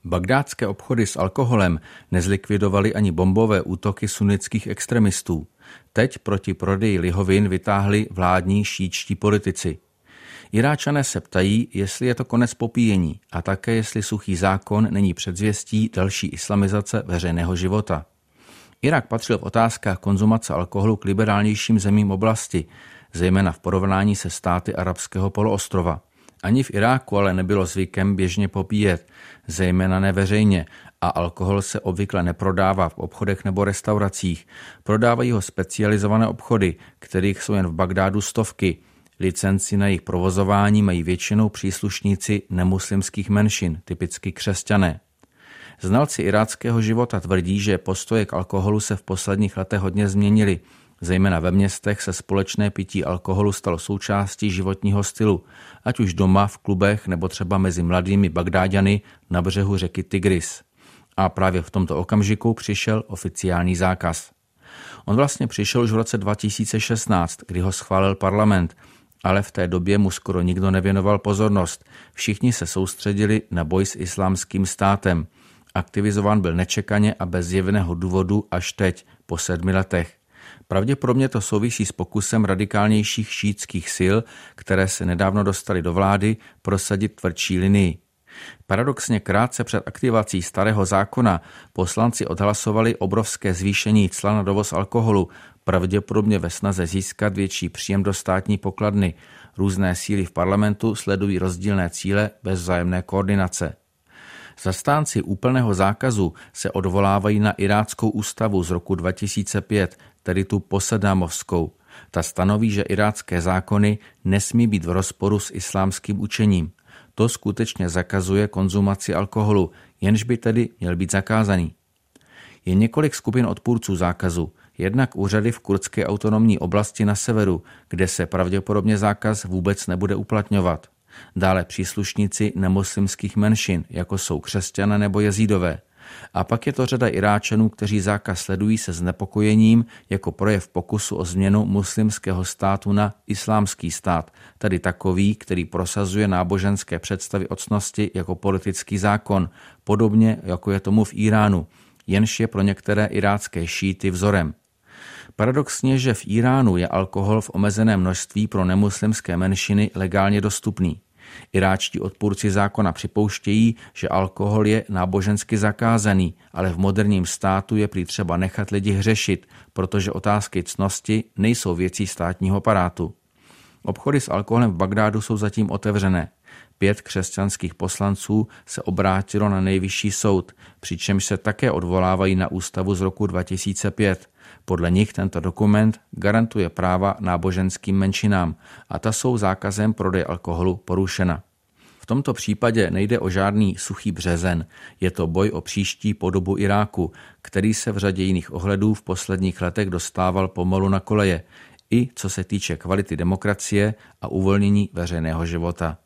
Bagdátské obchody s alkoholem nezlikvidovaly ani bombové útoky sunnitských extremistů. Teď proti prodeji lihovin vytáhli vládní šíitští politici. Iráčané se ptají, jestli je to konec popíjení a také jestli suchý zákon není předzvěstí další islamizace veřejného života. Irák patřil v otázkách konzumace alkoholu k liberálnějším zemím oblasti, zejména v porovnání se státy arabského poloostrova. Ani v Iráku ale nebylo zvykem běžně popíjet, zejména neveřejně, a alkohol se obvykle neprodává v obchodech nebo restauracích. Prodávají ho specializované obchody, kterých jsou jen v Bagdádu stovky. Licenci na jejich provozování mají většinou příslušníci nemuslimských menšin, typicky křesťané. Znalci iráckého života tvrdí, že postoje k alkoholu se v posledních letech hodně změnily. Zejména ve městech se společné pití alkoholu stalo součástí životního stylu, ať už doma, v klubech nebo třeba mezi mladými Bagdáďany na břehu řeky Tigris. A právě v tomto okamžiku přišel oficiální zákaz. On vlastně přišel už v roce 2016, kdy ho schválil parlament, ale v té době mu skoro nikdo nevěnoval pozornost. Všichni se soustředili na boj s islámským státem. Aktivizován byl nečekaně a bez zjevného důvodu až teď, po 7 letech. Pravděpodobně to souvisí s pokusem radikálnějších šíitských sil, které se nedávno dostaly do vlády, prosadit tvrdší linii. Paradoxně krátce před aktivací starého zákona poslanci odhlasovali obrovské zvýšení cla na dovoz alkoholu, pravděpodobně ve snaze získat větší příjem do státní pokladny. Různé síly v parlamentu sledují rozdílné cíle bez vzájemné koordinace. Zastánci úplného zákazu se odvolávají na iráckou ústavu z roku 2005, tedy tu posaddámovskou. Ta stanoví, že irácké zákony nesmí být v rozporu s islámským učením. To skutečně zakazuje konzumaci alkoholu, jenž by tedy měl být zakázaný. Je několik skupin odpůrců zákazu, jednak úřady v kurdské autonomní oblasti na severu, kde se pravděpodobně zákaz vůbec nebude uplatňovat. Dále příslušníci nemuslimských menšin, jako jsou křesťané nebo jezídové. A pak je to řada Iráčanů, kteří zákaz sledují se znepokojením jako projev pokusu o změnu muslimského státu na islámský stát, tedy takový, který prosazuje náboženské představy o ctnosti jako politický zákon, podobně jako je tomu v Iránu, jenž je pro některé irácké šíity vzorem. Paradoxně, že v Iránu je alkohol v omezeném množství pro nemuslimské menšiny legálně dostupný. Iráčtí odpůrci zákona připouštějí, že alkohol je nábožensky zakázaný, ale v moderním státu je prý třeba nechat lidi hřešit, protože otázky ctnosti nejsou věcí státního aparátu. Obchody s alkoholem v Bagdádu jsou zatím otevřené. 5 křesťanských poslanců se obrátilo na nejvyšší soud, přičemž se také odvolávají na ústavu z roku 2005. Podle nich tento dokument garantuje práva náboženským menšinám a ta jsou zákazem prodeje alkoholu porušena. V tomto případě nejde o žádný suchý březen, je to boj o příští podobu Iráku, který se v řadě jiných ohledů v posledních letech dostával pomalu na koleje, i co se týče kvality demokracie a uvolnění veřejného života.